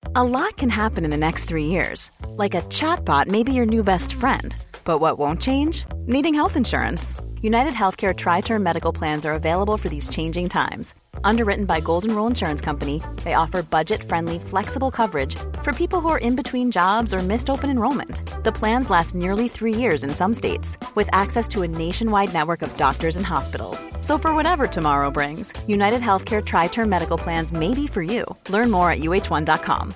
A lot can happen in the next 3 years. Like a chatbot may be your new best friend. But what won't change? Needing health insurance. United Healthcare Tri-Term Medical Plans are available for these changing times. Underwritten by Golden Rule Insurance Company, they offer budget-friendly, flexible coverage for people who are in between jobs or missed open enrollment. The plans last nearly 3 years in some states, with access to a nationwide network of doctors and hospitals. So for whatever tomorrow brings, United Healthcare Tri-Term Medical Plans may be for you. Learn more at uh1.com.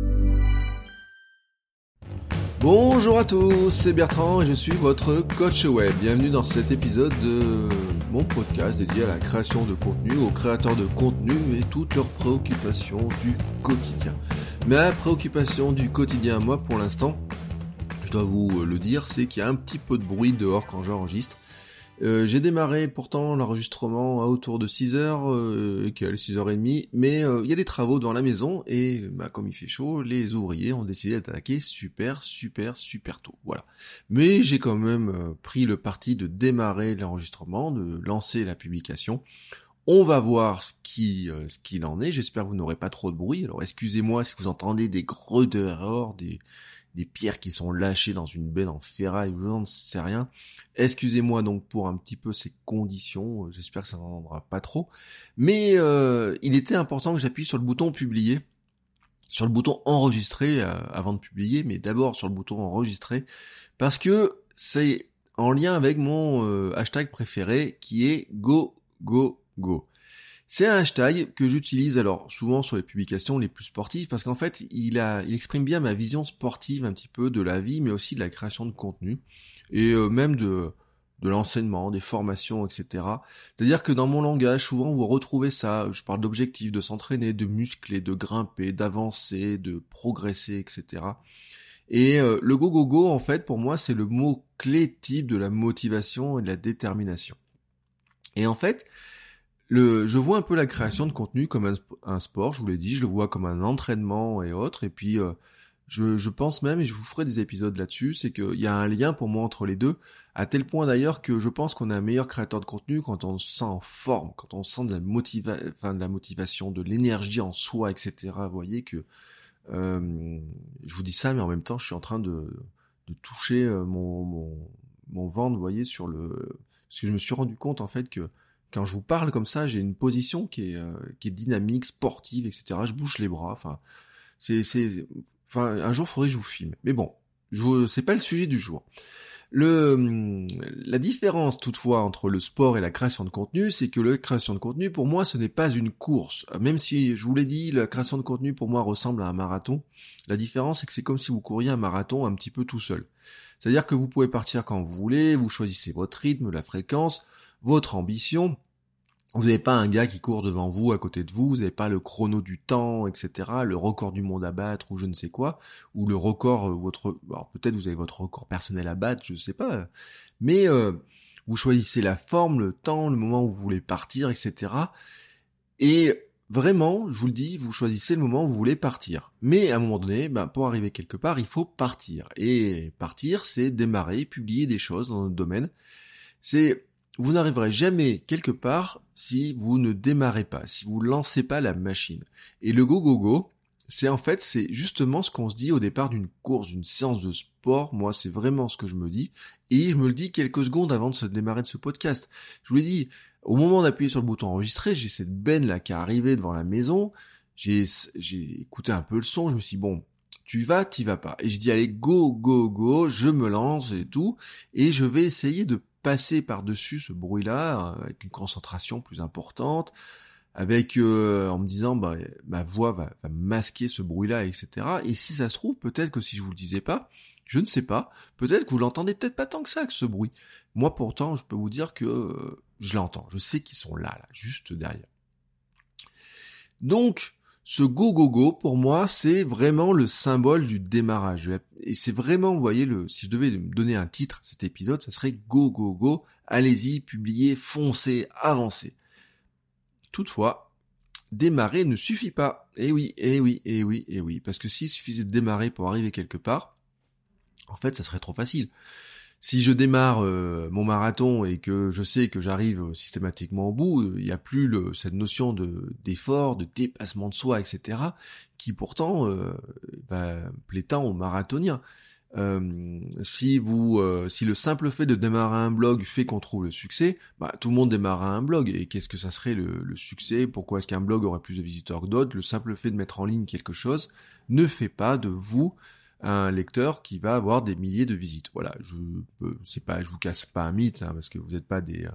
Bonjour à tous, c'est Bertrand et je suis votre coach web. Bienvenue dans cet épisode de mon podcast dédié à la création de contenu, aux créateurs de contenu et toutes leurs préoccupations du quotidien. Ma préoccupation du quotidien, moi pour l'instant, je dois vous le dire, c'est qu'il y a un petit peu de bruit dehors quand j'enregistre. J'ai démarré pourtant l'enregistrement à autour de 6h, 6h30, mais il y a des travaux devant la maison et comme il fait chaud, les ouvriers ont décidé d'attaquer super tôt, voilà. Mais j'ai quand même pris le parti de démarrer l'enregistrement, de lancer la publication. On va voir ce qu'il en est, j'espère que vous n'aurez pas trop de bruit, alors excusez-moi si vous entendez des greux dehors, des pierres qui sont lâchées dans une benne en ferraille, je n'en sais rien. Excusez-moi donc pour un petit peu ces conditions, j'espère que ça n'entendra pas trop. Mais il était important que j'appuie sur le bouton publier, sur le bouton enregistrer avant de publier, mais d'abord sur le bouton enregistrer, parce que c'est en lien avec mon hashtag préféré qui est go. C'est un hashtag que j'utilise alors souvent sur les publications les plus sportives parce qu'en fait il exprime bien ma vision sportive un petit peu de la vie mais aussi de la création de contenu et même de l'enseignement, des formations, etc. C'est-à-dire que dans mon langage souvent vous retrouvez ça, je parle d'objectifs, de s'entraîner, de muscler, de grimper, d'avancer, de progresser, etc. Et le go en fait pour moi c'est le mot clé type de la motivation et de la détermination. Et en fait je vois un peu la création de contenu comme un sport, je vous l'ai dit, je le vois comme un entraînement et autres, et puis je pense même, et je vous ferai des épisodes là-dessus, c'est qu'il y a un lien pour moi entre les deux, à tel point d'ailleurs que je pense qu'on est un meilleur créateur de contenu quand on se sent en forme, quand on sent de la motivation, de l'énergie en soi, etc. Vous voyez que je vous dis ça, mais en même temps je suis en train de toucher mon ventre, vous voyez, parce que je me suis rendu compte en fait que quand je vous parle comme ça, j'ai une position qui est dynamique, sportive, etc. Je bouge les bras. Enfin, un jour, il faudrait que je vous filme. Mais bon, c'est pas le sujet du jour. La différence, toutefois, entre le sport et la création de contenu, c'est que la création de contenu, pour moi, ce n'est pas une course. Même si, je vous l'ai dit, la création de contenu, pour moi, ressemble à un marathon. La différence, c'est que c'est comme si vous couriez un marathon un petit peu tout seul. C'est-à-dire que vous pouvez partir quand vous voulez, vous choisissez votre rythme, la fréquence, votre ambition. Vous n'avez pas un gars qui court devant vous, à côté de vous, vous n'avez pas le chrono du temps, etc., le record du monde à battre, ou je ne sais quoi, ou le record, alors peut-être vous avez votre record personnel à battre, je ne sais pas, mais vous choisissez la forme, le temps, le moment où vous voulez partir, etc., et vraiment, je vous le dis, vous choisissez le moment où vous voulez partir. Mais à un moment donné, pour arriver quelque part, il faut partir. Et partir, c'est démarrer, publier des choses dans notre domaine. Vous n'arriverez jamais quelque part si vous ne démarrez pas, si vous lancez pas la machine. Et le go, c'est justement ce qu'on se dit au départ d'une course, d'une séance de sport. Moi, c'est vraiment ce que je me dis. Et je me le dis quelques secondes avant de se démarrer de ce podcast. Je vous l'ai dit, au moment d'appuyer sur le bouton enregistrer, j'ai cette benne là qui est arrivée devant la maison. J'ai écouté un peu le son, je me suis dit, bon, t'y vas pas. Et je dis, allez, go, je me lance et tout. Et je vais essayer de passer par-dessus ce bruit-là avec une concentration plus importante, avec en me disant ma voix va masquer ce bruit-là, etc. Et si ça se trouve, peut-être que si je vous le disais pas, je ne sais pas, peut-être que vous l'entendez peut-être pas tant que ça, que ce bruit. Moi pourtant, je peux vous dire que je l'entends, je sais qu'ils sont là, juste derrière. Donc, ce go, pour moi, c'est vraiment le symbole du démarrage. Et c'est vraiment, vous voyez, si je devais me donner un titre, cet épisode, ça serait go, allez-y, publiez, foncez, avancez. Toutefois, démarrer ne suffit pas. Eh oui, parce que s'il suffisait de démarrer pour arriver quelque part, en fait, ça serait trop facile. Si je démarre mon marathon et que je sais que j'arrive systématiquement au bout, il n'y a plus cette notion d'effort, de dépassement de soi, etc., qui pourtant plaît tant aux marathoniens. Si le simple fait de démarrer un blog fait qu'on trouve le succès, tout le monde démarre un blog. Et qu'est-ce que ça serait le succès? Pourquoi est-ce qu'un blog aurait plus de visiteurs que d'autres? Le simple fait de mettre en ligne quelque chose ne fait pas de vous un lecteur qui va avoir des milliers de visites. Voilà, je vous casse pas un mythe, parce que vous n'êtes pas des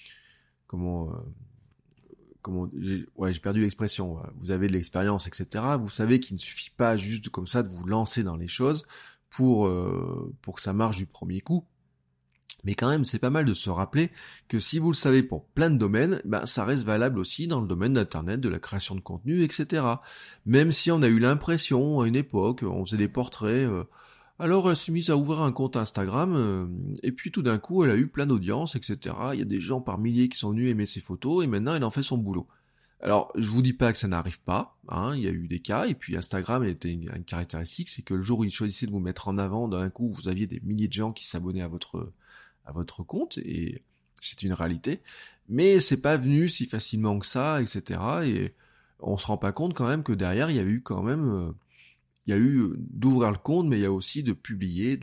j'ai perdu l'expression. Vous avez de l'expérience, etc. Vous savez qu'il ne suffit pas juste comme ça de vous lancer dans les choses pour que ça marche du premier coup. Mais quand même, c'est pas mal de se rappeler que si vous le savez pour plein de domaines, ça reste valable aussi dans le domaine d'Internet, de la création de contenu, etc. Même si on a eu l'impression, à une époque, on faisait des portraits, alors elle s'est mise à ouvrir un compte Instagram, et puis tout d'un coup, elle a eu plein d'audience, etc. Il y a des gens par milliers qui sont venus aimer ses photos, et maintenant elle en fait son boulot. Alors, je vous dis pas que ça n'arrive pas, il y a eu des cas, et puis Instagram était une caractéristique, c'est que le jour où il choisissait de vous mettre en avant, d'un coup, vous aviez des milliers de gens qui s'abonnaient à votre compte, et c'est une réalité, mais c'est pas venu si facilement que ça, etc., et on se rend pas compte quand même que derrière, il y a eu quand même, d'ouvrir le compte, mais il y a aussi de publier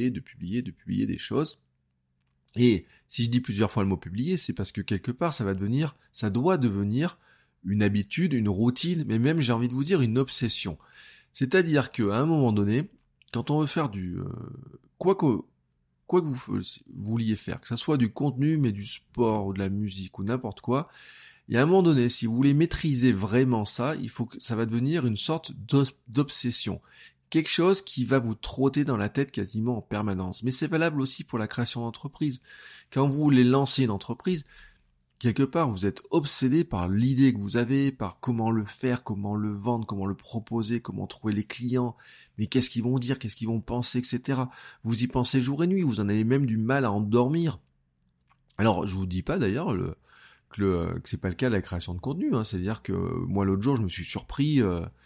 des choses, et si je dis plusieurs fois le mot publier, c'est parce que quelque part, ça doit devenir une habitude, une routine, mais même, j'ai envie de vous dire, une obsession. C'est-à-dire qu'à un moment donné, quand on veut faire quoi que vous vouliez faire, que ça soit du contenu, mais du sport, ou de la musique, ou n'importe quoi, il y a un moment donné, si vous voulez maîtriser vraiment ça, ça va devenir une sorte d'obsession. Quelque chose qui va vous trotter dans la tête quasiment en permanence. Mais c'est valable aussi pour la création d'entreprise. Quand vous voulez lancer une entreprise, quelque part, vous êtes obsédé par l'idée que vous avez, par comment le faire, comment le vendre, comment le proposer, comment trouver les clients, mais qu'est-ce qu'ils vont dire, qu'est-ce qu'ils vont penser, etc. Vous y pensez jour et nuit, vous en avez même du mal à endormir. Alors, je vous dis pas d'ailleurs que c'est pas le cas de la création de contenu, c'est-à-dire que moi l'autre jour, je me suis surpris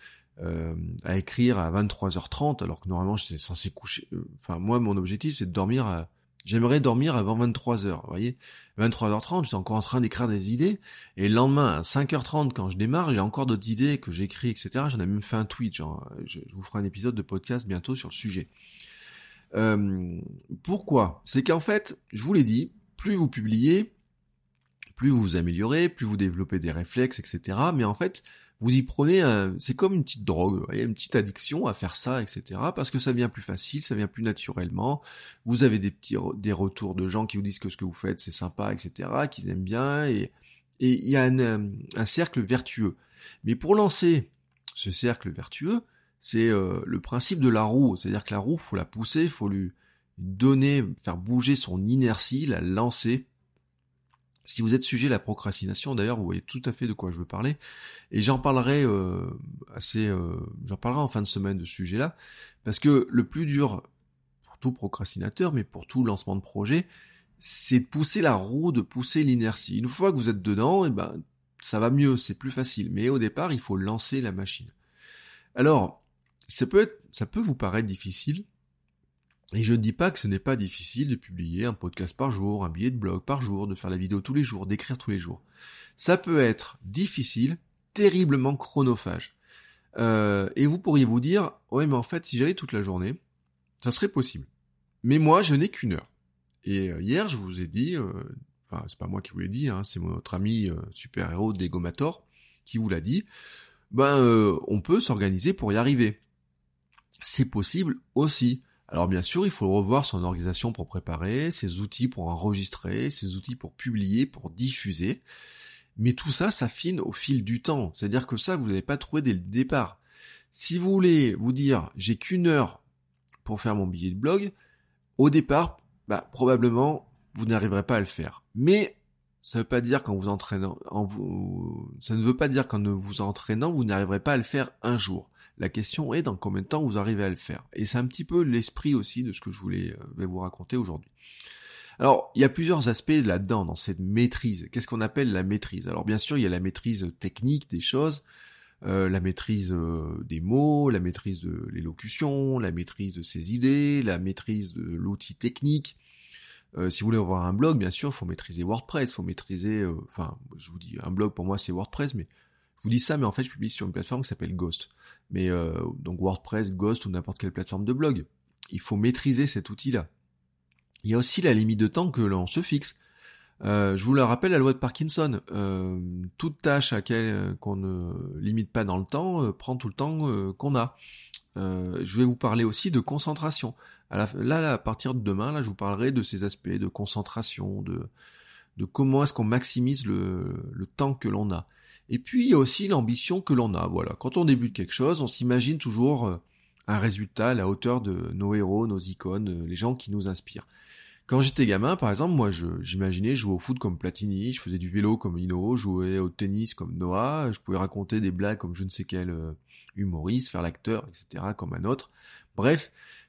à écrire à 23h30, alors que normalement j'étais censé coucher. Moi, mon objectif, c'est de dormir J'aimerais dormir avant 23h, vous voyez. 23h30, j'étais encore en train d'écrire des idées, et le lendemain, à 5h30, quand je démarre, j'ai encore d'autres idées que j'écris, etc. J'en ai même fait un tweet, je vous ferai un épisode de podcast bientôt sur le sujet. Pourquoi ? C'est qu'en fait, je vous l'ai dit, plus vous publiez, plus vous vous améliorez, plus vous développez des réflexes, etc. Mais en fait, vous y prenez, c'est comme une petite drogue, vous voyez, une petite addiction à faire ça, etc. Parce que ça vient plus facile, ça vient plus naturellement. Vous avez des retours de gens qui vous disent que ce que vous faites c'est sympa, etc. Qu'ils aiment bien, et il y a un cercle vertueux. Mais pour lancer ce cercle vertueux, c'est le principe de la roue. C'est-à-dire que la roue, faut la pousser, faut lui donner, faire bouger son inertie, la lancer. Si vous êtes sujet à la procrastination, d'ailleurs, vous voyez tout à fait de quoi je veux parler, et j'en parlerai en fin de semaine de ce sujet-là, parce que le plus dur pour tout procrastinateur, mais pour tout lancement de projet, c'est de pousser la roue, de pousser l'inertie. Une fois que vous êtes dedans, ça va mieux, c'est plus facile, mais au départ, il faut lancer la machine. Alors, ça peut vous paraître difficile. Et je ne dis pas que ce n'est pas difficile de publier un podcast par jour, un billet de blog par jour, de faire la vidéo tous les jours, d'écrire tous les jours. Ça peut être difficile, terriblement chronophage. Et vous pourriez vous dire, ouais, mais en fait, si j'avais toute la journée, ça serait possible. Mais moi, je n'ai qu'une heure. Et hier, je vous ai dit, c'est pas moi qui vous l'ai dit, c'est notre ami super-héros Degomator qui vous l'a dit, on peut s'organiser pour y arriver. C'est possible aussi. Alors bien sûr, il faut revoir son organisation pour préparer, ses outils pour enregistrer, ses outils pour publier, pour diffuser. Mais tout ça s'affine au fil du temps. C'est-à-dire que ça, vous n'avez pas trouvé dès le départ. Si vous voulez vous dire, j'ai qu'une heure pour faire mon billet de blog, au départ, probablement, vous n'arriverez pas à le faire. Mais ça ne veut pas dire qu'en vous entraînant, vous n'arriverez pas à le faire un jour. La question est dans combien de temps vous arrivez à le faire. Et c'est un petit peu l'esprit aussi de ce que je vais vous raconter aujourd'hui. Alors, il y a plusieurs aspects là-dedans, dans cette maîtrise. Qu'est-ce qu'on appelle la maîtrise ? Alors bien sûr, il y a la maîtrise technique des choses, la maîtrise des mots, la maîtrise de l'élocution, la maîtrise de ses idées, la maîtrise de l'outil technique. Si vous voulez avoir un blog, bien sûr, il faut maîtriser WordPress, il faut maîtriser... je vous dis, un blog pour moi c'est WordPress, mais je vous dis ça, mais en fait je publie sur une plateforme qui s'appelle Ghost. Mais donc WordPress, Ghost ou n'importe quelle plateforme de blog. Il faut maîtriser cet outil-là. Il y a aussi la limite de temps que l'on se fixe. Je vous le rappelle, la loi de Parkinson. Toute tâche à laquelle qu'on ne limite pas dans le temps prend tout le temps qu'on a. Je vais vous parler aussi de concentration. Là, à partir de demain, là, je vous parlerai de ces aspects de concentration, de comment est-ce qu'on maximise le temps que l'on a. Et puis, il y a aussi l'ambition que l'on a. Voilà. Quand on débute quelque chose, on s'imagine toujours un résultat à la hauteur de nos héros, nos icônes, les gens qui nous inspirent. Quand j'étais gamin, par exemple, moi, j'imaginais jouer au foot comme Platini, je faisais du vélo comme Hino, jouer au tennis comme Noah, je pouvais raconter des blagues comme je ne sais quel humoriste, faire l'acteur, etc., comme un autre. Bref,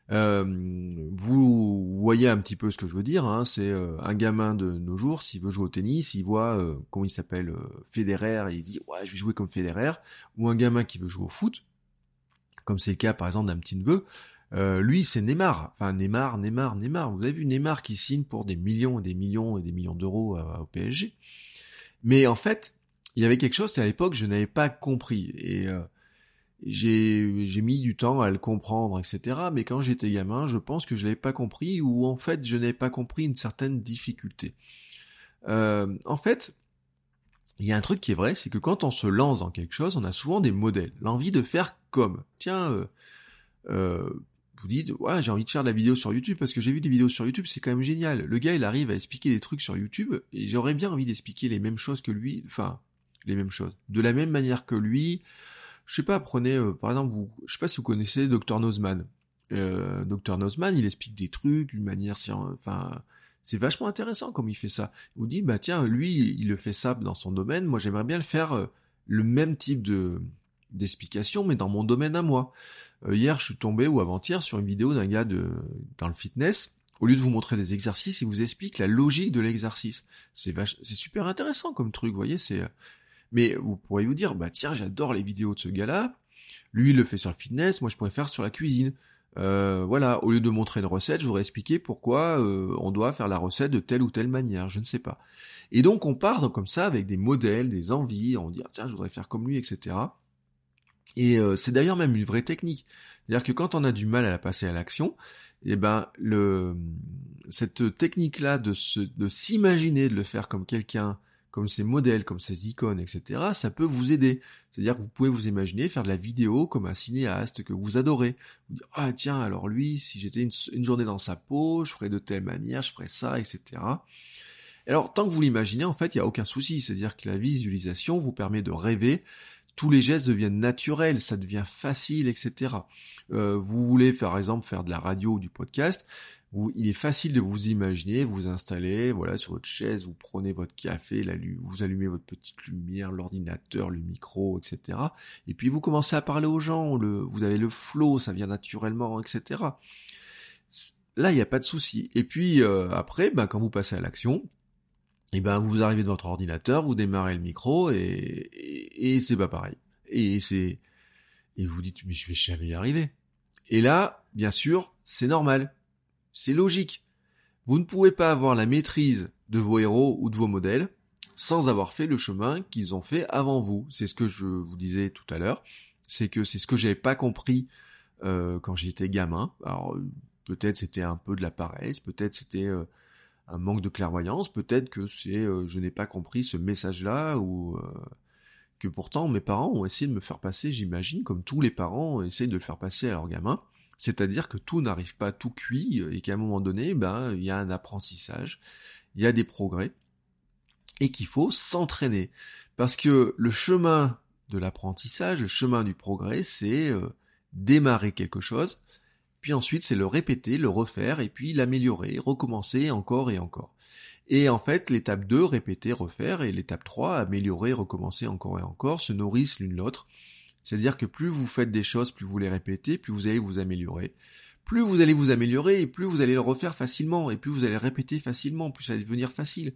vous voyez un petit peu ce que je veux dire, hein, c'est un gamin de nos jours, s'il veut jouer au tennis, il voit, comment il s'appelle, Federer, et il dit « Ouais, je vais jouer comme Federer », ou un gamin qui veut jouer au foot, comme c'est le cas, par exemple, d'un petit-neveu, lui, c'est Neymar. Enfin, Neymar. Vous avez vu Neymar qui signe pour des millions et des millions et des millions d'euros au PSG. Mais en fait, il y avait quelque chose qu'à l'époque, je n'avais pas compris. Et j'ai mis du temps à le comprendre, etc. Mais quand j'étais gamin, je pense que je l'avais pas compris, ou en fait, je n'avais pas compris une certaine difficulté. En fait, il y a un truc qui est vrai, c'est que quand on se lance dans quelque chose, on a souvent des modèles. L'envie de faire comme. Tiens, vous dites, ouais, j'ai envie de faire de la vidéo sur YouTube parce que j'ai vu des vidéos sur YouTube, c'est quand même génial. Le gars, il arrive à expliquer des trucs sur YouTube et j'aurais bien envie d'expliquer les mêmes choses que lui, enfin, les mêmes choses. De la même manière que lui, je sais pas, prenez, par exemple, je sais pas si vous connaissez Dr Nozman. Dr Nozman, il explique des trucs d'une manière, c'est vachement intéressant comme il fait ça. Il vous dit, bah tiens, lui, il le fait ça dans son domaine, moi j'aimerais bien le faire le même type d'explication, mais dans mon domaine à moi. Hier, je suis tombé, ou avant-hier, sur une vidéo d'un gars dans le fitness. Au lieu de vous montrer des exercices, il vous explique la logique de l'exercice. C'est super intéressant comme truc, vous voyez, mais vous pourriez vous dire, bah tiens, j'adore les vidéos de ce gars-là. Lui, il le fait sur le fitness, moi je pourrais faire sur la cuisine. Voilà, au lieu de montrer une recette, je voudrais expliquer pourquoi on doit faire la recette de telle ou telle manière, je ne sais pas. Et donc on part comme ça avec des modèles, des envies, on dit, tiens, je voudrais faire comme lui, etc. Et c'est d'ailleurs même une vraie technique. C'est-à-dire que quand on a du mal à la passer à l'action, eh ben cette technique-là de s'imaginer de le faire comme quelqu'un, comme ses modèles, comme ses icônes, etc., ça peut vous aider. C'est-à-dire que vous pouvez vous imaginer faire de la vidéo comme un cinéaste que vous adorez. Vous dire, ah tiens, alors lui, si j'étais une journée dans sa peau, je ferais de telle manière, je ferais ça, etc. Alors, tant que vous l'imaginez, en fait, il n'y a aucun souci. C'est-à-dire que la visualisation vous permet de rêver. Tous les gestes deviennent naturels, ça devient facile, etc. Vous voulez, par exemple, faire de la radio ou du podcast, il est facile de vous imaginer, vous installer, voilà, sur votre chaise, vous prenez votre café, vous allumez votre petite lumière, l'ordinateur, le micro, etc. Et puis vous commencez à parler aux gens, vous avez le flow, ça vient naturellement, etc. Là, il n'y a pas de souci. Et puis après, quand vous passez à l'action, et vous arrivez devant votre ordinateur, vous démarrez le micro et c'est pas pareil. Et vous dites, mais je vais jamais y arriver. Et là, bien sûr, c'est normal. C'est logique. Vous ne pouvez pas avoir la maîtrise de vos héros ou de vos modèles sans avoir fait le chemin qu'ils ont fait avant vous. C'est ce que je vous disais tout à l'heure. C'est ce que j'avais pas compris quand j'étais gamin. Alors, peut-être c'était un peu de la paresse, peut-être c'était un manque de clairvoyance, peut-être que je n'ai pas compris ce message-là, ou que pourtant mes parents ont essayé de me faire passer, j'imagine, comme tous les parents essayent de le faire passer à leurs gamins, c'est-à-dire que tout n'arrive pas tout cuit, et qu'à un moment donné, il y a un apprentissage, il y a des progrès, et qu'il faut s'entraîner. Parce que le chemin de l'apprentissage, le chemin du progrès, c'est démarrer quelque chose, puis ensuite c'est le répéter, le refaire, et puis l'améliorer, recommencer encore et encore. Et en fait, l'étape 2, répéter, refaire, et l'étape 3, améliorer, recommencer encore et encore, se nourrissent l'une l'autre. C'est-à-dire que plus vous faites des choses, plus vous les répétez, plus vous allez vous améliorer. Plus vous allez vous améliorer, et plus vous allez le refaire facilement, et plus vous allez le répéter facilement, plus ça va devenir facile.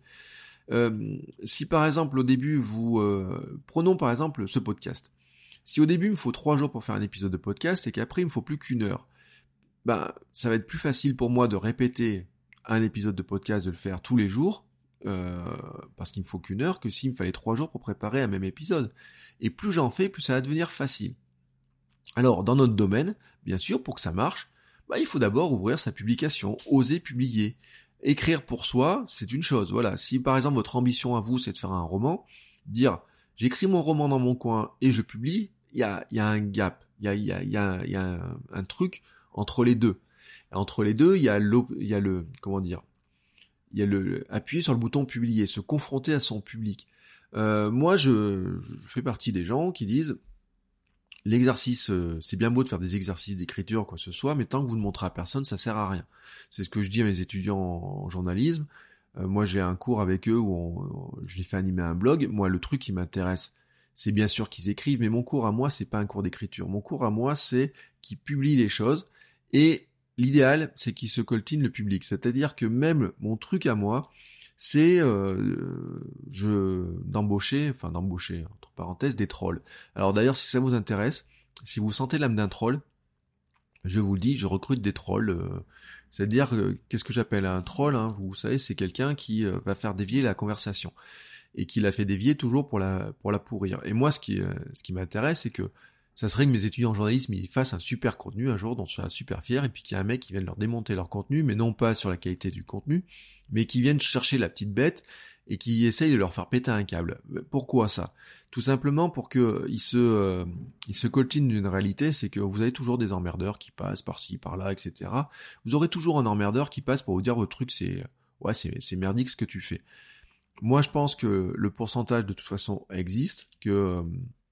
Si par exemple au début prenons par exemple ce podcast. Si au début il me faut 3 jours pour faire un épisode de podcast, et qu'après il me faut plus qu'1 heure, ça va être plus facile pour moi de répéter un épisode de podcast de le faire tous les jours, parce qu'il me faut qu'1 heure, que s'il me fallait 3 jours pour préparer un même épisode. Et plus j'en fais, plus ça va devenir facile. Alors, dans notre domaine, bien sûr, pour que ça marche, il faut d'abord ouvrir sa publication, oser publier. Écrire pour soi, c'est une chose, voilà. Si par exemple votre ambition à vous, c'est de faire un roman, dire j'écris mon roman dans mon coin et je publie, il y a un gap, il y a un truc entre les deux. Et entre les deux, il y a le appuyer sur le bouton publier, se confronter à son public. Moi, je fais partie des gens qui disent l'exercice, c'est bien beau de faire des exercices d'écriture, quoi que ce soit, mais tant que vous ne montrez à personne, ça sert à rien. C'est ce que je dis à mes étudiants en journalisme. Moi, j'ai un cours avec eux où je les fais animer un blog. Moi, le truc qui m'intéresse, c'est bien sûr qu'ils écrivent, mais mon cours à moi, c'est pas un cours d'écriture. Mon cours à moi, c'est qu'ils publient les choses, et l'idéal, c'est qu'ils se coltinent le public. C'est-à-dire que même mon truc à moi, c'est d'embaucher, entre parenthèses, des trolls. Alors d'ailleurs, si ça vous intéresse, si vous sentez l'âme d'un troll, je vous le dis, je recrute des trolls. C'est-à-dire, qu'est-ce que j'appelle un troll, hein, vous savez, c'est quelqu'un qui va faire dévier la conversation. Et qui la fait dévier toujours pour la pourrir. Et moi, ce qui m'intéresse, c'est que ça serait que mes étudiants en journalisme, ils fassent un super contenu un jour dont je serai super fier, et puis qu'il y a un mec qui vienne leur démonter leur contenu, mais non pas sur la qualité du contenu, mais qui vienne chercher la petite bête et qui essaye de leur faire péter un câble. Pourquoi ça ? Tout simplement pour que ils se coltinent d'une réalité, c'est que vous avez toujours des emmerdeurs qui passent par-ci, par-là, etc. Vous aurez toujours un emmerdeur qui passe pour vous dire votre truc, c'est merdique ce que tu fais. Moi, je pense que le pourcentage de toute façon existe, que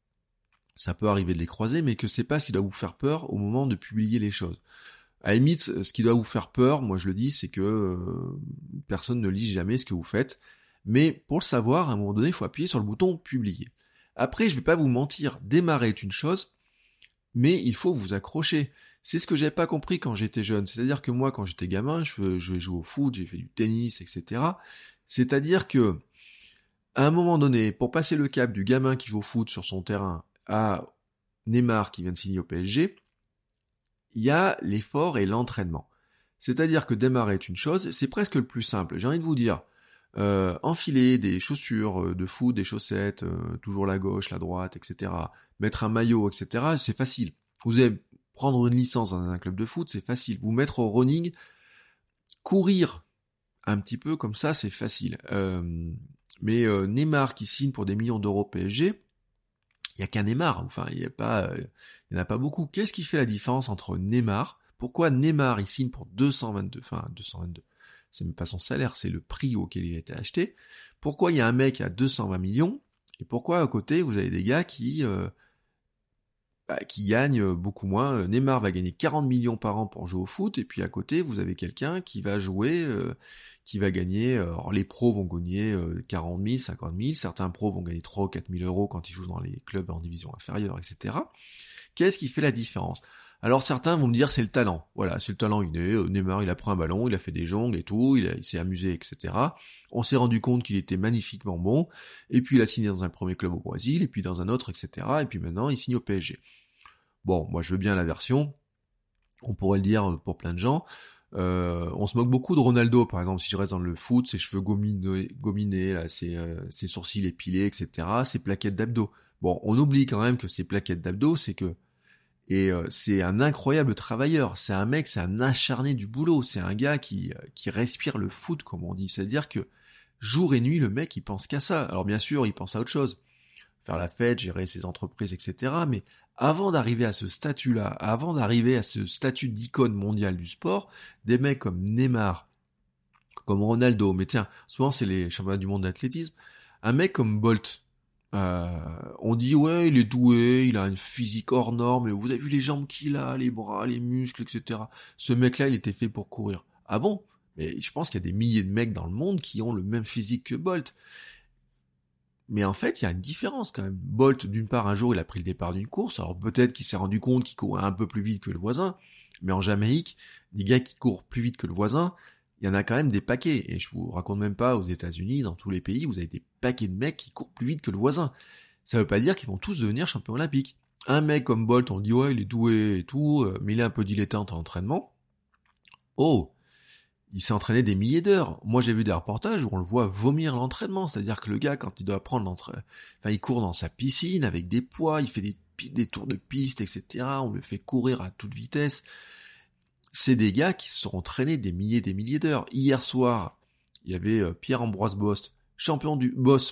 ça peut arriver de les croiser, mais que c'est pas ce qui doit vous faire peur au moment de publier les choses. À la limite, ce qui doit vous faire peur, moi je le dis, c'est que personne ne lit jamais ce que vous faites, mais pour le savoir, à un moment donné, il faut appuyer sur le bouton publier. Après, je vais pas vous mentir, démarrer est une chose, mais il faut vous accrocher. C'est ce que j'avais pas compris quand j'étais jeune, c'est-à-dire que moi, quand j'étais gamin, je jouais au foot, j'ai fait du tennis, etc. C'est-à-dire que, à un moment donné, pour passer le cap du gamin qui joue au foot sur son terrain à Neymar qui vient de signer au PSG, il y a l'effort et l'entraînement. C'est-à-dire que démarrer est une chose, c'est presque le plus simple. J'ai envie de vous dire, enfiler des chaussures de foot, des chaussettes, toujours la gauche, la droite, etc. Mettre un maillot, etc. C'est facile. Vous allez prendre une licence dans un club de foot, c'est facile. Vous mettre au running, courir un petit peu comme ça, c'est facile. Mais Neymar qui signe pour des millions d'euros PSG, il y a qu'un Neymar, enfin il y en a pas beaucoup. Qu'est-ce qui fait la différence entre Neymar ? Pourquoi Neymar il signe pour 222, c'est même pas son salaire, c'est le prix auquel il a été acheté. Pourquoi il y a un mec à 220 millions et pourquoi à côté vous avez des gars qui gagnent beaucoup moins. Neymar va gagner 40 millions par an pour jouer au foot, et puis à côté, vous avez quelqu'un qui va jouer, qui va gagner, alors les pros vont gagner 40 000, 50 000, certains pros vont gagner 3 ou 4 000 euros quand ils jouent dans les clubs en division inférieure, etc. Qu'est-ce qui fait la différence ? Alors certains vont me dire c'est le talent. Voilà, c'est le talent inné. Neymar, il a pris un ballon, il a fait des jongles et tout, il s'est amusé, etc. On s'est rendu compte qu'il était magnifiquement bon, et puis il a signé dans un premier club au Brésil, et puis dans un autre, etc. Et puis maintenant, il signe au PSG. Bon, moi je veux bien la version, on pourrait le dire pour plein de gens. On se moque beaucoup de Ronaldo, par exemple, si je reste dans le foot, ses cheveux gominés, là, ses sourcils épilés, etc., ses plaquettes d'abdos. Bon, on oublie quand même que ces plaquettes d'abdos, c'est un incroyable travailleur, c'est un mec, c'est un acharné du boulot, c'est un gars qui respire le foot, comme on dit, c'est-à-dire que jour et nuit, le mec, il pense qu'à ça. Alors bien sûr, il pense à autre chose, faire la fête, gérer ses entreprises, etc., mais avant d'arriver à ce statut-là, avant d'arriver à ce statut d'icône mondiale du sport, des mecs comme Neymar, comme Ronaldo, mais tiens, souvent c'est les championnats du monde d'athlétisme, un mec comme Bolt, on dit ouais il est doué, il a une physique hors norme, vous avez vu les jambes qu'il a, les bras, les muscles, etc. Ce mec-là, il était fait pour courir. Ah bon ? Mais je pense qu'il y a des milliers de mecs dans le monde qui ont le même physique que Bolt. Mais en fait, il y a une différence quand même. Bolt, d'une part, un jour, il a pris le départ d'une course, alors peut-être qu'il s'est rendu compte qu'il courait un peu plus vite que le voisin, mais en Jamaïque, des gars qui courent plus vite que le voisin, il y en a quand même des paquets, et je vous raconte même pas aux États-Unis, dans tous les pays, vous avez des paquets de mecs qui courent plus vite que le voisin. Ça veut pas dire qu'ils vont tous devenir champions olympiques. Un mec comme Bolt, on dit ouais, il est doué et tout, mais il est un peu dilettante en entraînement. Oh, il s'est entraîné des milliers d'heures. Moi, j'ai vu des reportages où on le voit vomir l'entraînement, c'est-à-dire que le gars, quand il doit prendre il court dans sa piscine avec des poids, il fait des tours de piste, etc. On le fait courir à toute vitesse. C'est des gars qui se sont entraînés des milliers d'heures. Hier soir, il y avait Pierre-Ambroise Boss, champion du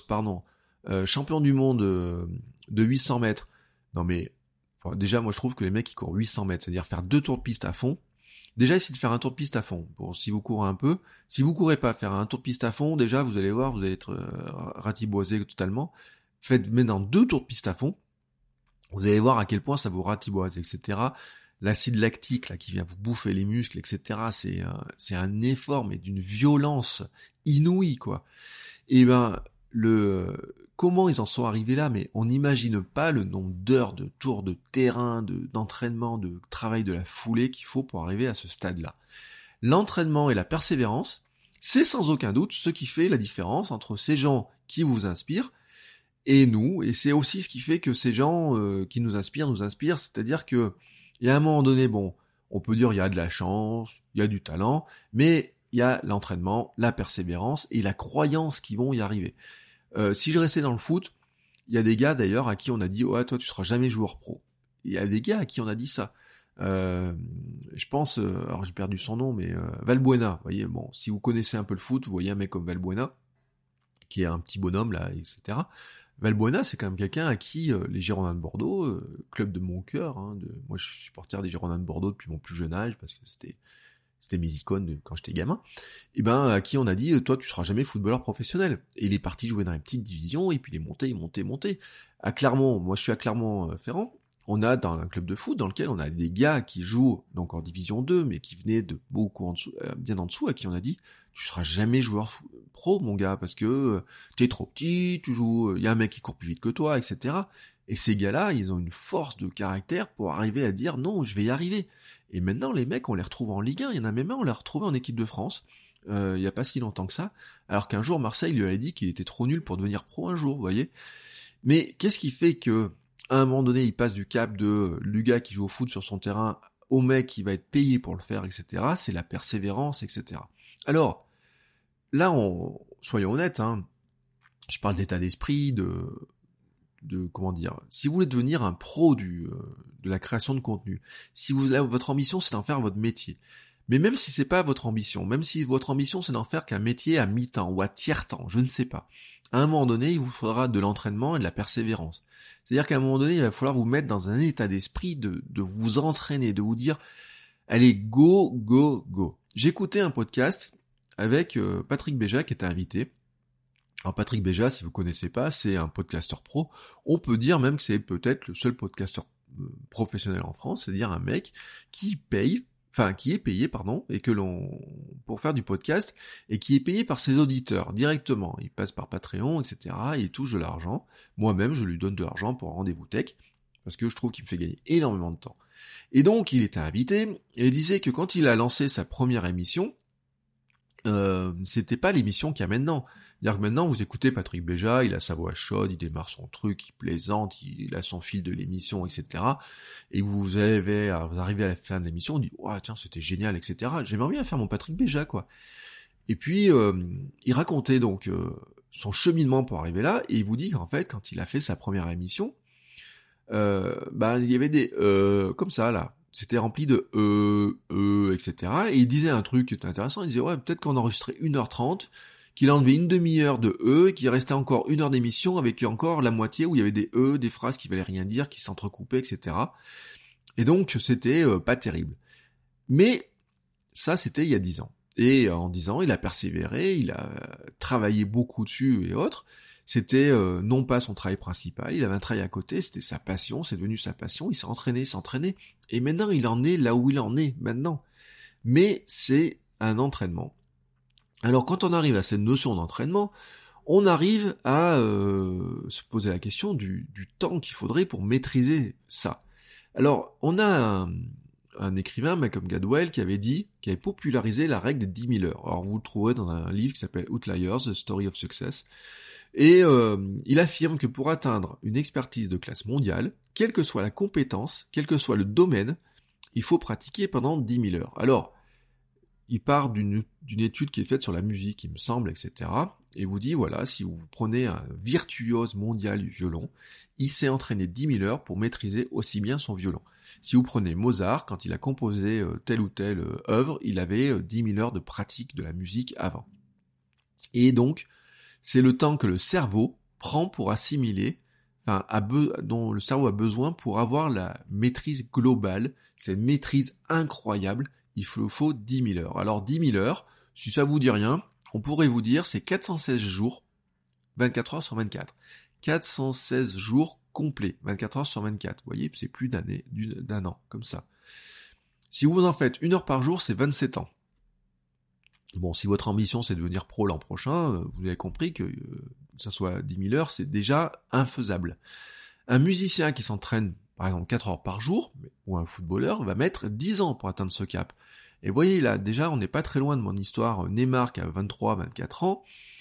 monde de 800 mètres. Non mais, déjà, moi je trouve que les mecs qui courent 800 mètres, c'est-à-dire faire 2 tours de piste à fond, déjà essayez de faire un tour de piste à fond, si vous courez un peu. Si vous courez pas, faire un tour de piste à fond, déjà vous allez voir, vous allez être ratiboisé totalement. Faites maintenant 2 tours de piste à fond, vous allez voir à quel point ça vous ratiboise, etc. L'acide lactique là qui vient vous bouffer les muscles, etc. C'est un effort mais d'une violence inouïe quoi. Et comment ils en sont arrivés là, mais on n'imagine pas le nombre d'heures de tours de terrain, d'entraînement, de travail de la foulée qu'il faut pour arriver à ce stade-là. L'entraînement et la persévérance, c'est sans aucun doute ce qui fait la différence entre ces gens qui vous inspirent et nous, et c'est aussi ce qui fait que ces gens qui nous inspirent, c'est-à-dire que il y a un moment donné, on peut dire il y a de la chance, il y a du talent, mais il y a l'entraînement, la persévérance et la croyance qu'ils vont y arriver. Si je restais dans le foot, il y a des gars d'ailleurs à qui on a dit « Ouais, toi tu seras jamais joueur pro ». Il y a des gars à qui on a dit ça. Je pense, alors j'ai perdu son nom, mais Valbuena, vous voyez, si vous connaissez un peu le foot, vous voyez un mec comme Valbuena, qui est un petit bonhomme là, etc. Valbuena, c'est quand même quelqu'un à qui les Girondins de Bordeaux, club de mon cœur, moi je suis supporter des Girondins de Bordeaux depuis mon plus jeune âge, parce que c'était mes icônes quand j'étais gamin, à qui on a dit, toi tu seras jamais footballeur professionnel. Et il est parti jouer dans les petites divisions, et puis il est monté. À Clermont, moi je suis à Clermont-Ferrand, on a dans un club de foot dans lequel on a des gars qui jouent donc en division 2, mais qui venaient de beaucoup en dessous, bien en dessous, à qui on a dit, tu seras jamais joueur pro mon gars, parce que t'es trop petit, tu joues, y a un mec qui court plus vite que toi, etc. Et ces gars-là, ils ont une force de caractère pour arriver à dire non, je vais y arriver. Et maintenant, les mecs, on les retrouve en Ligue 1, il y en a même un, on l'a retrouvé en équipe de France, il y a pas si longtemps que ça, alors qu'un jour, Marseille lui avait dit qu'il était trop nul pour devenir pro un jour, vous voyez. Mais qu'est-ce qui fait que, à un moment donné, il passe du cap de le gars qui joue au foot sur son terrain au mec qui va être payé pour le faire, etc. C'est la persévérance, etc. Alors, là, soyons honnêtes, je parle d'état d'esprit, comment dire, si vous voulez devenir un pro de la création de contenu, si votre ambition c'est d'en faire votre métier, mais même si c'est pas votre ambition, même si votre ambition c'est d'en faire qu'un métier à mi-temps ou à tiers-temps, je ne sais pas, à un moment donné, il vous faudra de l'entraînement et de la persévérance. C'est-à-dire qu'à un moment donné, il va falloir vous mettre dans un état d'esprit de vous entraîner, de vous dire, allez, go, go, go. J'écoutais un podcast avec Patrick Béja qui était invité. Alors Patrick Béja, si vous connaissez pas, c'est un podcasteur pro. On peut dire même que c'est peut-être le seul podcasteur professionnel en France, c'est-à-dire un mec qui est payé, et pour faire du podcast, et qui est payé par ses auditeurs directement. Il passe par Patreon, etc. Et il touche de l'argent. Moi-même, je lui donne de l'argent pour un rendez-vous tech, parce que je trouve qu'il me fait gagner énormément de temps. Et donc, il était invité, et il disait que quand il a lancé sa première émission, c'était pas l'émission qu'il y a maintenant. C'est-à-dire que maintenant, vous écoutez Patrick Béja, il a sa voix chaude, il démarre son truc, il plaisante, il a son fil de l'émission, etc. Et vous arrivez à la fin de l'émission, on dit « Ouais, tiens, c'était génial, etc. » J'aimerais bien faire mon Patrick Béja, quoi. Et puis, il racontait donc son cheminement pour arriver là, et il vous dit qu'en fait, quand il a fait sa première émission, il y avait des comme ça, là. C'était rempli de etc. Et il disait un truc qui était intéressant, il disait « Ouais, peut-être qu'on enregistrait 1h30, qu'il a enlevé une demi-heure de et qu'il restait encore 1 heure d'émission avec encore la moitié où il y avait des des phrases qui valaient rien dire, qui s'entrecoupaient, etc. » Et donc, c'était pas terrible. Mais ça, c'était il y a 10 ans. Et en 10 ans, il a persévéré, il a travaillé beaucoup dessus et autres. C'était non pas son travail principal, il avait un travail à côté, c'était sa passion, c'est devenu sa passion, il s'est entraîné, et maintenant il en est là où il en est, maintenant. Mais c'est un entraînement. Alors quand on arrive à cette notion d'entraînement, on arrive à se poser la question du temps qu'il faudrait pour maîtriser ça. Alors, on a un écrivain, Malcolm Gladwell, qui avait popularisé la règle des 10 000 heures. Alors vous le trouverez dans un livre qui s'appelle Outliers, The Story of Success. Et il affirme que pour atteindre une expertise de classe mondiale, quelle que soit la compétence, quel que soit le domaine, il faut pratiquer pendant 10 000 heures. Alors, il part d'une étude qui est faite sur la musique, il me semble, etc. Et vous dit, voilà, si vous prenez un virtuose mondial du violon, il s'est entraîné 10 000 heures pour maîtriser aussi bien son violon. Si vous prenez Mozart, quand il a composé telle ou telle œuvre, il avait 10 000 heures de pratique de la musique avant. Et donc, c'est le temps que le cerveau prend pour assimiler, dont le cerveau a besoin pour avoir la maîtrise globale, cette maîtrise incroyable. Il faut 10 000 heures. Alors 10 000 heures, si ça vous dit rien, on pourrait vous dire c'est 416 jours, 24 heures sur 24. 416 jours complets, 24 heures sur 24. Vous voyez, c'est plus d'un an, comme ça. Si vous en faites 1 heure par jour, c'est 27 ans. Bon, si votre ambition c'est de devenir pro l'an prochain, vous avez compris que ça soit 10 000 heures, c'est déjà infaisable. Un musicien qui s'entraîne, par exemple, 4 heures par jour, ou un footballeur, va mettre 10 ans pour atteindre ce cap. Et vous voyez, là, déjà, on n'est pas très loin de mon histoire. Neymar, qui a 23-24 ans,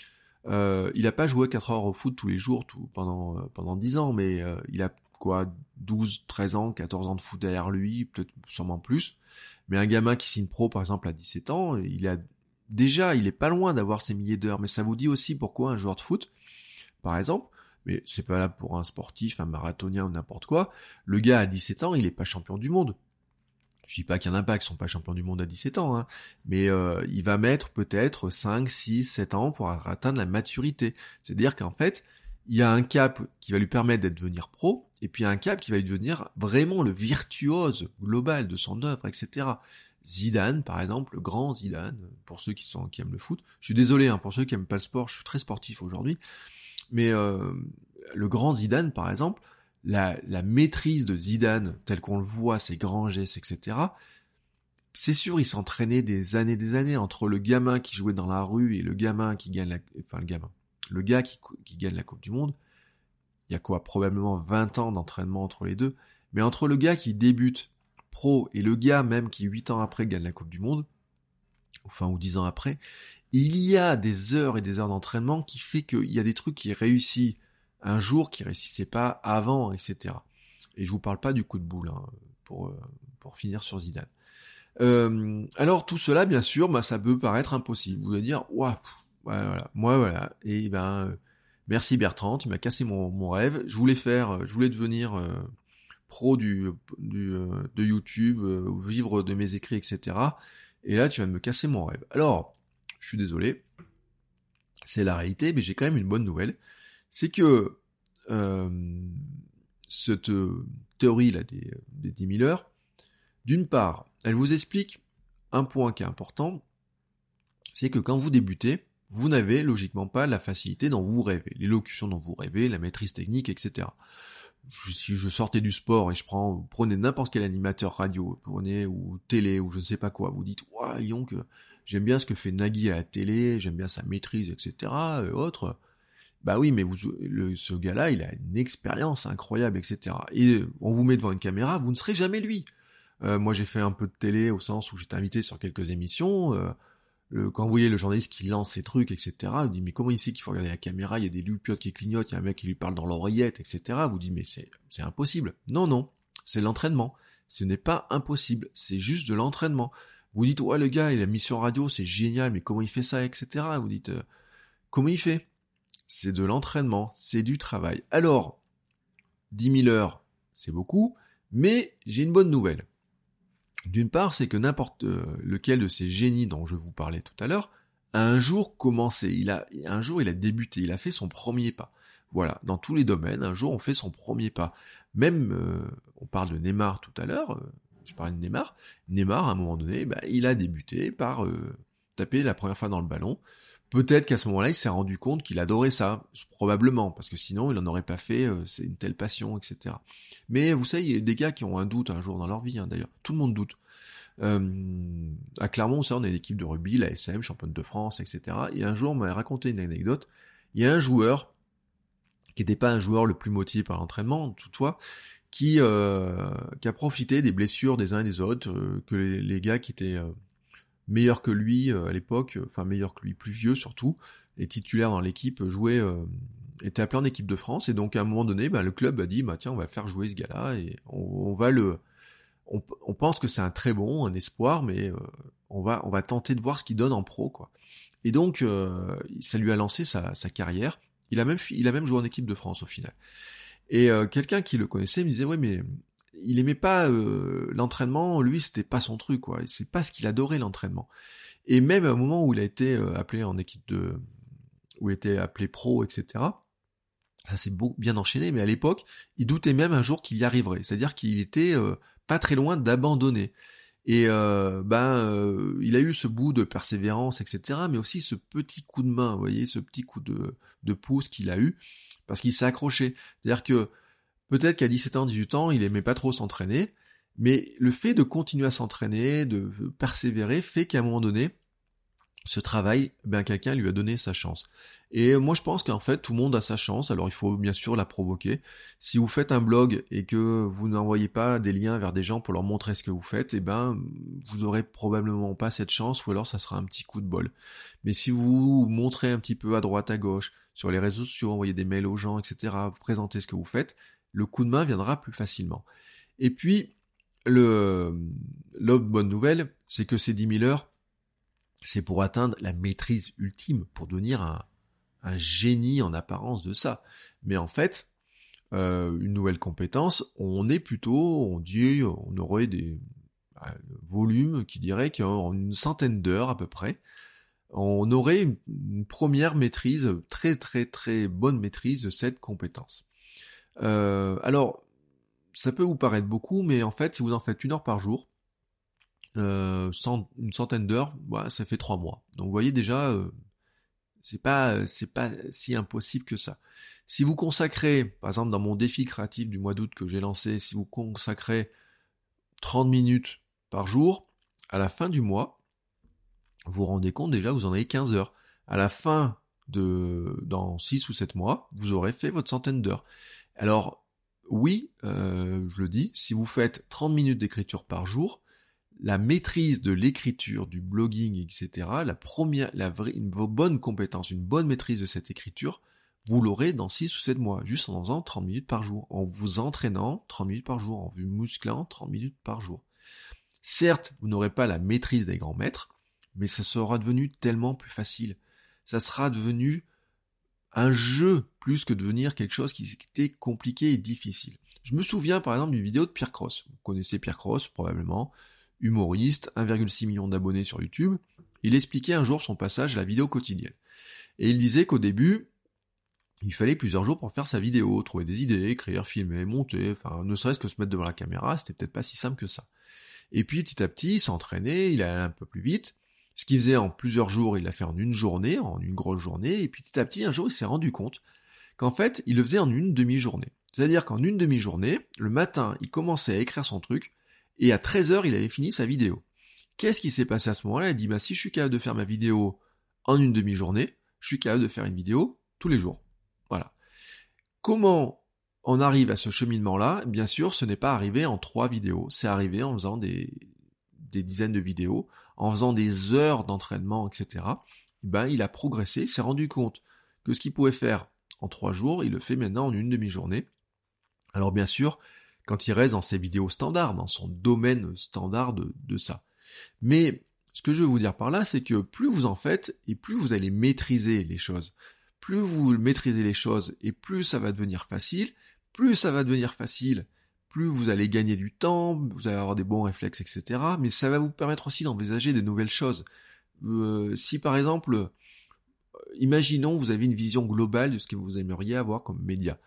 il n'a pas joué 4 heures au foot tous les jours pendant 10 ans, mais il a 12, 13 ans, 14 ans de foot derrière lui, peut-être sûrement plus. Mais un gamin qui signe pro, par exemple, à 17 ans, il est pas loin d'avoir ses milliers d'heures. Mais ça vous dit aussi pourquoi un joueur de foot, par exemple, mais c'est pas là pour un sportif, un marathonien ou n'importe quoi, le gars à 17 ans, il est pas champion du monde. Je dis pas qu'il y en a pas qui sont pas champions du monde à 17 ans, hein, mais il va mettre peut-être 5, 6, 7 ans pour atteindre la maturité. C'est-à-dire qu'en fait, il y a un cap qui va lui permettre d'être devenir pro, et puis il y a un cap qui va lui devenir vraiment le virtuose global de son œuvre, etc. Zidane, par exemple, le grand Zidane, pour ceux qui aiment le foot. Je suis désolé, pour ceux qui aiment pas le sport, je suis très sportif aujourd'hui, mais le grand Zidane, par exemple, la maîtrise de Zidane, telle qu'on le voit, ses grands gestes, etc., c'est sûr, il s'entraînait des années entre le gamin qui jouait dans la rue et le gamin qui gagne le gars qui gagne la Coupe du Monde. Il y a probablement 20 ans d'entraînement entre les deux, mais entre le gars qui débute pro et le gars même qui 8 ans après gagne la Coupe du Monde, ou 10 ans après, il y a des heures et des heures d'entraînement qui fait qu'il y a des trucs qui réussissent un jour qui réussissaient pas avant, etc. Et je vous parle pas du coup de boule, pour finir sur Zidane. Alors tout cela, bien sûr, ça peut paraître impossible. Vous allez dire, voilà. Et merci Bertrand, tu m'as cassé mon rêve. Je voulais devenir pro de YouTube, vivre de mes écrits, etc. Et là, tu viens de me casser mon rêve. Alors, je suis désolé, c'est la réalité, mais j'ai quand même une bonne nouvelle. C'est que cette théorie là des 10 000 heures, d'une part, elle vous explique un point qui est important, c'est que quand vous débutez, vous n'avez logiquement pas la facilité dont vous rêvez, l'élocution dont vous rêvez, la maîtrise technique, etc. Si je sortais du sport et vous prenez n'importe quel animateur radio, ou télé, ou je ne sais pas quoi, vous dites, que j'aime bien ce que fait Nagui à la télé, j'aime bien sa maîtrise, etc., autres. Bah oui, mais ce gars-là, il a une expérience incroyable, etc. Et on vous met devant une caméra, vous ne serez jamais lui. Moi, j'ai fait un peu de télé au sens où j'étais invité sur quelques émissions. Quand vous voyez le journaliste qui lance ses trucs, etc., vous dites, mais comment il sait qu'il faut regarder la caméra, il y a des lupiotes qui clignotent, il y a un mec qui lui parle dans l'oreillette, etc. Vous dites, mais c'est impossible. Non, c'est l'entraînement. Ce n'est pas impossible, c'est juste de l'entraînement. Vous dites, le gars, il a mis sur radio, c'est génial, mais comment il fait ça, etc. Vous dites, comment il fait ? C'est de l'entraînement, c'est du travail. Alors, 10 000 heures, c'est beaucoup, mais j'ai une bonne nouvelle. D'une part, c'est que n'importe lequel de ces génies dont je vous parlais tout à l'heure a un jour commencé, un jour il a débuté, il a fait son premier pas. Voilà, dans tous les domaines, un jour on fait son premier pas. Même, on parle de Neymar tout à l'heure, je parlais de Neymar. Neymar, à un moment donné, il a débuté par taper la première fois dans le ballon. Peut-être qu'à ce moment-là, il s'est rendu compte qu'il adorait ça, probablement, parce que sinon, il n'en aurait pas fait c'est une telle passion, etc. Mais vous savez, il y a des gars qui ont un doute un jour dans leur vie, d'ailleurs. Tout le monde doute. À Clermont, on a l'équipe de rugby, la SM, championne de France, etc. Et un jour, on m'a raconté une anecdote. Il y a un joueur, qui n'était pas un joueur le plus motivé par l'entraînement, toutefois, qui a profité des blessures des uns et des autres, que les gars qui étaient meilleurs que lui à l'époque, meilleurs que lui, plus vieux surtout, les titulaires dans l'équipe étaient appelés en équipe de France, et donc à un moment donné, le club a dit, tiens, on va faire jouer ce gars-là, et on pense que c'est un très bon, un espoir, mais on va tenter de voir ce qu'il donne en pro, quoi. Et donc, ça lui a lancé sa carrière. Il a même joué en équipe de France au final. Et quelqu'un qui le connaissait me disait, ouais, mais il aimait pas l'entraînement, lui c'était pas son truc, quoi. C'est pas ce qu'il adorait, l'entraînement. Et même au moment où il a été appelé en équipe où il était appelé pro, etc., ça s'est bien enchaîné, mais à l'époque, il doutait même un jour qu'il y arriverait. C'est-à-dire qu'il était pas très loin d'abandonner. Et il a eu ce bout de persévérance, etc., mais aussi ce petit coup de main, vous voyez, ce petit coup de pouce qu'il a eu, parce qu'il s'est accroché. C'est-à-dire que peut-être qu'à 17 ans, 18 ans, il aimait pas trop s'entraîner, mais le fait de continuer à s'entraîner, de persévérer, fait qu'à un moment donné, ce travail, quelqu'un lui a donné sa chance. Et moi je pense qu'en fait tout le monde a sa chance, alors il faut bien sûr la provoquer. Si vous faites un blog et que vous n'envoyez pas des liens vers des gens pour leur montrer ce que vous faites, vous aurez probablement pas cette chance, ou alors ça sera un petit coup de bol. Mais si vous montrez un petit peu à droite à gauche, sur les réseaux sociaux, envoyez des mails aux gens, etc., vous présentez ce que vous faites, le coup de main viendra plus facilement. Et puis, l'autre bonne nouvelle, c'est que ces 10 000 heures, c'est pour atteindre la maîtrise ultime, pour devenir un génie en apparence de ça. Mais en fait, une nouvelle compétence, on aurait des volumes qui diraient qu'en une centaine d'heures à peu près, on aurait une première maîtrise, très très très bonne maîtrise de cette compétence. Alors, ça peut vous paraître beaucoup, mais en fait, si vous en faites 1 heure par jour, une centaine d'heures, ça fait 3 mois. Donc vous voyez déjà, c'est pas si impossible que ça. Si vous consacrez, par exemple dans mon défi créatif du mois d'août que j'ai lancé, si vous consacrez 30 minutes par jour, à la fin du mois, vous vous rendez compte déjà que vous en avez 15 heures. À la fin dans 6 ou 7 mois, vous aurez fait votre centaine d'heures. Alors, oui, je le dis, si vous faites 30 minutes d'écriture par jour, la maîtrise de l'écriture, du blogging, etc., une bonne compétence, une bonne maîtrise de cette écriture, vous l'aurez dans 6 ou 7 mois, juste en faisant 30 minutes par jour, en vous entraînant 30 minutes par jour, en vous musclant 30 minutes par jour. Certes, vous n'aurez pas la maîtrise des grands maîtres, mais ça sera devenu tellement plus facile. Ça sera devenu un jeu plus que devenir quelque chose qui était compliqué et difficile. Je me souviens par exemple d'une vidéo de Pierre Cross. Vous connaissez Pierre Cross probablement, humoriste, 1,6 million d'abonnés sur YouTube. Il expliquait un jour son passage à la vidéo quotidienne. Et il disait qu'au début, il fallait plusieurs jours pour faire sa vidéo, trouver des idées, écrire, filmer, monter, ne serait-ce que se mettre devant la caméra, c'était peut-être pas si simple que ça. Et puis petit à petit, il s'entraînait, il allait un peu plus vite. Ce qu'il faisait en plusieurs jours, il l'a fait en une journée, en une grosse journée, et puis petit à petit, un jour, il s'est rendu compte qu'en fait, il le faisait en une demi-journée. C'est-à-dire qu'en une demi-journée, le matin, il commençait à écrire son truc, et à 13h, il avait fini sa vidéo. Qu'est-ce qui s'est passé à ce moment-là? Il a dit, si je suis capable de faire ma vidéo en une demi-journée, je suis capable de faire une vidéo tous les jours. Voilà. Comment on arrive à ce cheminement-là? Bien sûr, ce n'est pas arrivé en 3 vidéos, c'est arrivé en faisant des dizaines de vidéos, en faisant des heures d'entraînement, etc. Il a progressé, il s'est rendu compte que ce qu'il pouvait faire en 3 jours, il le fait maintenant en une demi-journée. Alors bien sûr, quand il reste dans ses vidéos standards, dans son domaine standard de ça. Mais ce que je veux vous dire par là, c'est que plus vous en faites, et plus vous allez maîtriser les choses. Plus vous maîtrisez les choses, et plus ça va devenir facile. Plus ça va devenir facile, plus vous allez gagner du temps, vous allez avoir des bons réflexes, etc. Mais ça va vous permettre aussi d'envisager de nouvelles choses. Si par exemple, imaginons vous avez une vision globale de ce que vous aimeriez avoir comme média.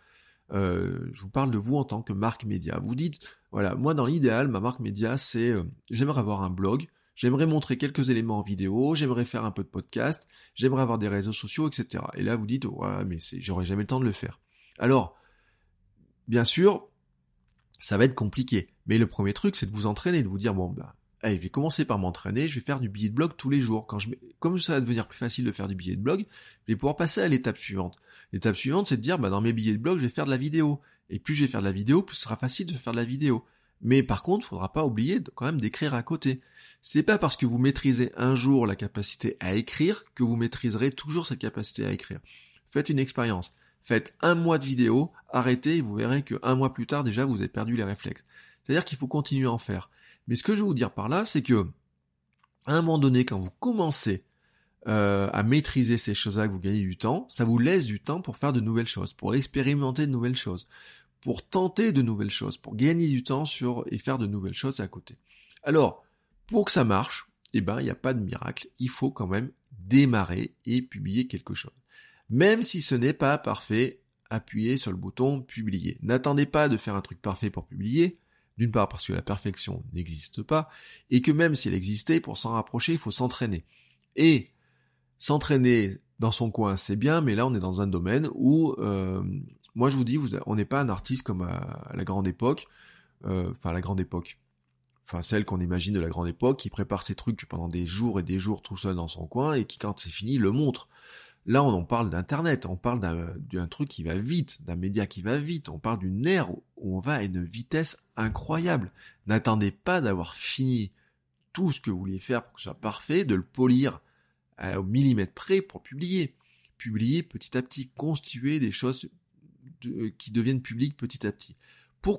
Je vous parle de vous en tant que marque média. Vous dites, voilà, moi dans l'idéal, ma marque média, c'est j'aimerais avoir un blog, j'aimerais montrer quelques éléments en vidéo, j'aimerais faire un peu de podcast, j'aimerais avoir des réseaux sociaux, etc. Et là vous dites, ouais, mais j'aurais jamais le temps de le faire. Alors, bien sûr, ça va être compliqué. Mais le premier truc, c'est de vous entraîner, de vous dire, allez, je vais commencer par m'entraîner, je vais faire du billet de blog tous les jours. Comme ça va devenir plus facile de faire du billet de blog, je vais pouvoir passer à l'étape suivante. L'étape suivante, c'est de dire, dans mes billets de blog, je vais faire de la vidéo. Et plus je vais faire de la vidéo, plus ce sera facile de faire de la vidéo. Mais par contre, il faudra pas oublier quand même d'écrire à côté. C'est pas parce que vous maîtrisez un jour la capacité à écrire que vous maîtriserez toujours cette capacité à écrire. Faites une expérience. Faites 1 mois de vidéo, arrêtez et vous verrez que 1 mois plus tard, déjà, vous avez perdu les réflexes. C'est-à-dire qu'il faut continuer à en faire. Mais ce que je veux vous dire par là, c'est que À un moment donné, quand vous commencez à maîtriser ces choses-là, que vous gagnez du temps, ça vous laisse du temps pour faire de nouvelles choses, pour expérimenter de nouvelles choses, pour tenter de nouvelles choses, pour gagner du temps et faire de nouvelles choses à côté. Alors, pour que ça marche, il n'y a pas de miracle, il faut quand même démarrer et publier quelque chose. Même si ce n'est pas parfait, appuyez sur le bouton publier. N'attendez pas de faire un truc parfait pour publier, d'une part parce que la perfection n'existe pas, et que même si elle existait, pour s'en rapprocher, il faut s'entraîner. Et s'entraîner dans son coin, c'est bien, mais là on est dans un domaine où, moi je vous dis, on n'est pas un artiste comme à la grande époque, celle qu'on imagine de la grande époque, qui prépare ses trucs pendant des jours et des jours tout seul dans son coin, et qui quand c'est fini, le montre. Là on parle d'internet, on parle d'un truc qui va vite, d'un média qui va vite, on parle d'une ère où on va à une vitesse incroyable. N'attendez pas d'avoir fini tout ce que vous vouliez faire pour que ce soit parfait, de le polir au millimètre près pour publier. Publier petit à petit, constituer des choses qui deviennent publiques petit à petit. Pourquoi ?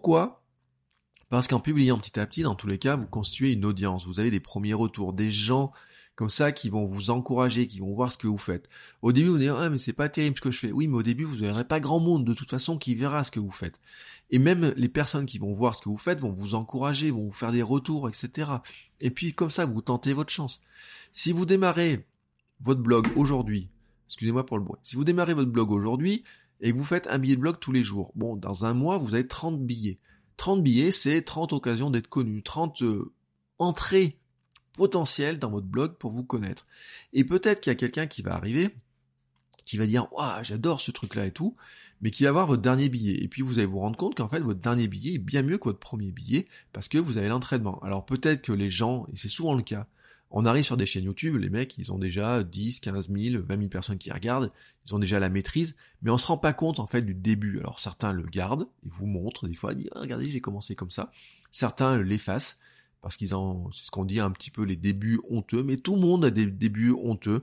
Parce qu'en publiant petit à petit, dans tous les cas, vous constituez une audience, vous avez des premiers retours, des gens comme ça qui vont vous encourager, qui vont voir ce que vous faites. Au début, vous allez dire « Ah, mais c'est pas terrible ce que je fais ». Oui, mais au début, vous n'aurez pas grand monde de toute façon qui verra ce que vous faites. Et même les personnes qui vont voir ce que vous faites vont vous encourager, vont vous faire des retours, etc. Et puis comme ça, vous tentez votre chance. Si vous démarrez votre blog aujourd'hui, excusez-moi pour le bruit, si vous démarrez votre blog aujourd'hui et que vous faites un billet de blog tous les jours, bon, dans un mois, vous avez 30 billets. 30 billets, c'est 30 occasions d'être connu, 30 entrées potentielles dans votre blog pour vous connaître. Et peut-être qu'il y a quelqu'un qui va arriver, qui va dire « Waouh, j'adore ce truc-là et tout », mais qui va voir votre dernier billet. Et puis vous allez vous rendre compte qu'en fait, votre dernier billet est bien mieux que votre premier billet, parce que vous avez l'entraînement. Alors peut-être que les gens, et c'est souvent le cas, on arrive sur des chaînes YouTube, les mecs, ils ont déjà 10, 15 000, 20 000 personnes qui regardent, ils ont déjà la maîtrise, mais on se rend pas compte en fait du début. Alors certains le gardent, ils vous montrent, des fois, ils disent « Ah, regardez, j'ai commencé comme ça ». Certains l'effacent, parce c'est ce qu'on dit un petit peu les débuts honteux, mais tout le monde a des débuts honteux.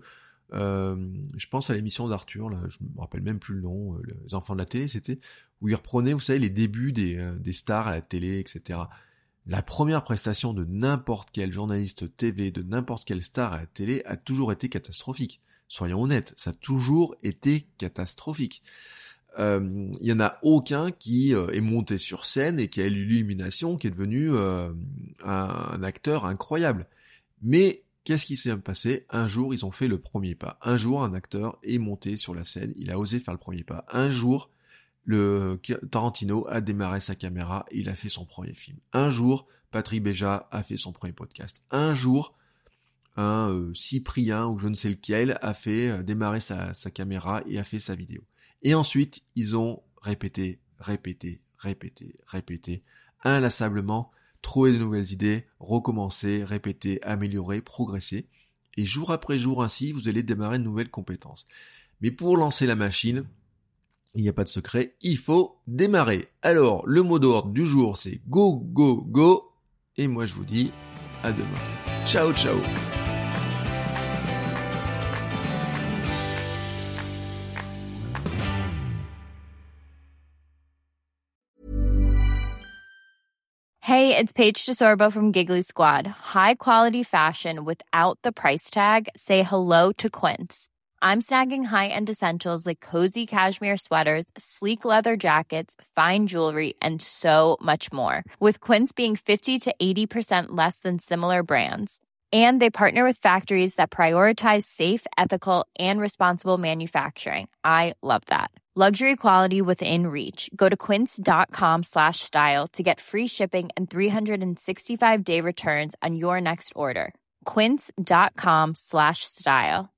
Je pense à l'émission d'Arthur, là, je me rappelle même plus le nom, les enfants de la télé, c'était, où il reprenait, vous savez, les débuts des stars à la télé, etc. La première prestation de n'importe quel journaliste TV, de n'importe quelle star à la télé a toujours été catastrophique. Soyons honnêtes, ça a toujours été catastrophique. Il y en a aucun qui est monté sur scène et qui a eu l'illumination, qui est devenu un acteur incroyable. Mais qu'est-ce qui s'est passé ? Un jour, ils ont fait le premier pas. Un jour, un acteur est monté sur la scène, il a osé faire le premier pas. Un jour, Tarantino a démarré sa caméra, il a fait son premier film. Un jour, Patrick Béja a fait son premier podcast. Un jour, un Cyprien ou je ne sais lequel a fait démarrer sa caméra et a fait sa vidéo. Et ensuite, ils ont répété, inlassablement, trouvé de nouvelles idées, recommencer, répéter, améliorer, progresser. Et jour après jour ainsi, vous allez démarrer de nouvelles compétences. Mais pour lancer la machine, il n'y a pas de secret, il faut démarrer. Alors, le mot d'ordre du jour, c'est go, go, go. Et moi, je vous dis à demain. Ciao, ciao. Hey, it's Paige DeSorbo from Giggly Squad. High quality fashion without the price tag. Say hello to Quince. I'm snagging high-end essentials like cozy cashmere sweaters, sleek leather jackets, fine jewelry, and so much more. With Quince being 50 to 80% less than similar brands. And they partner with factories that prioritize safe, ethical, and responsible manufacturing. I love that. Luxury quality within reach. Go to quince.com/style to get free shipping and 365-day returns on your next order. Quince.com/style.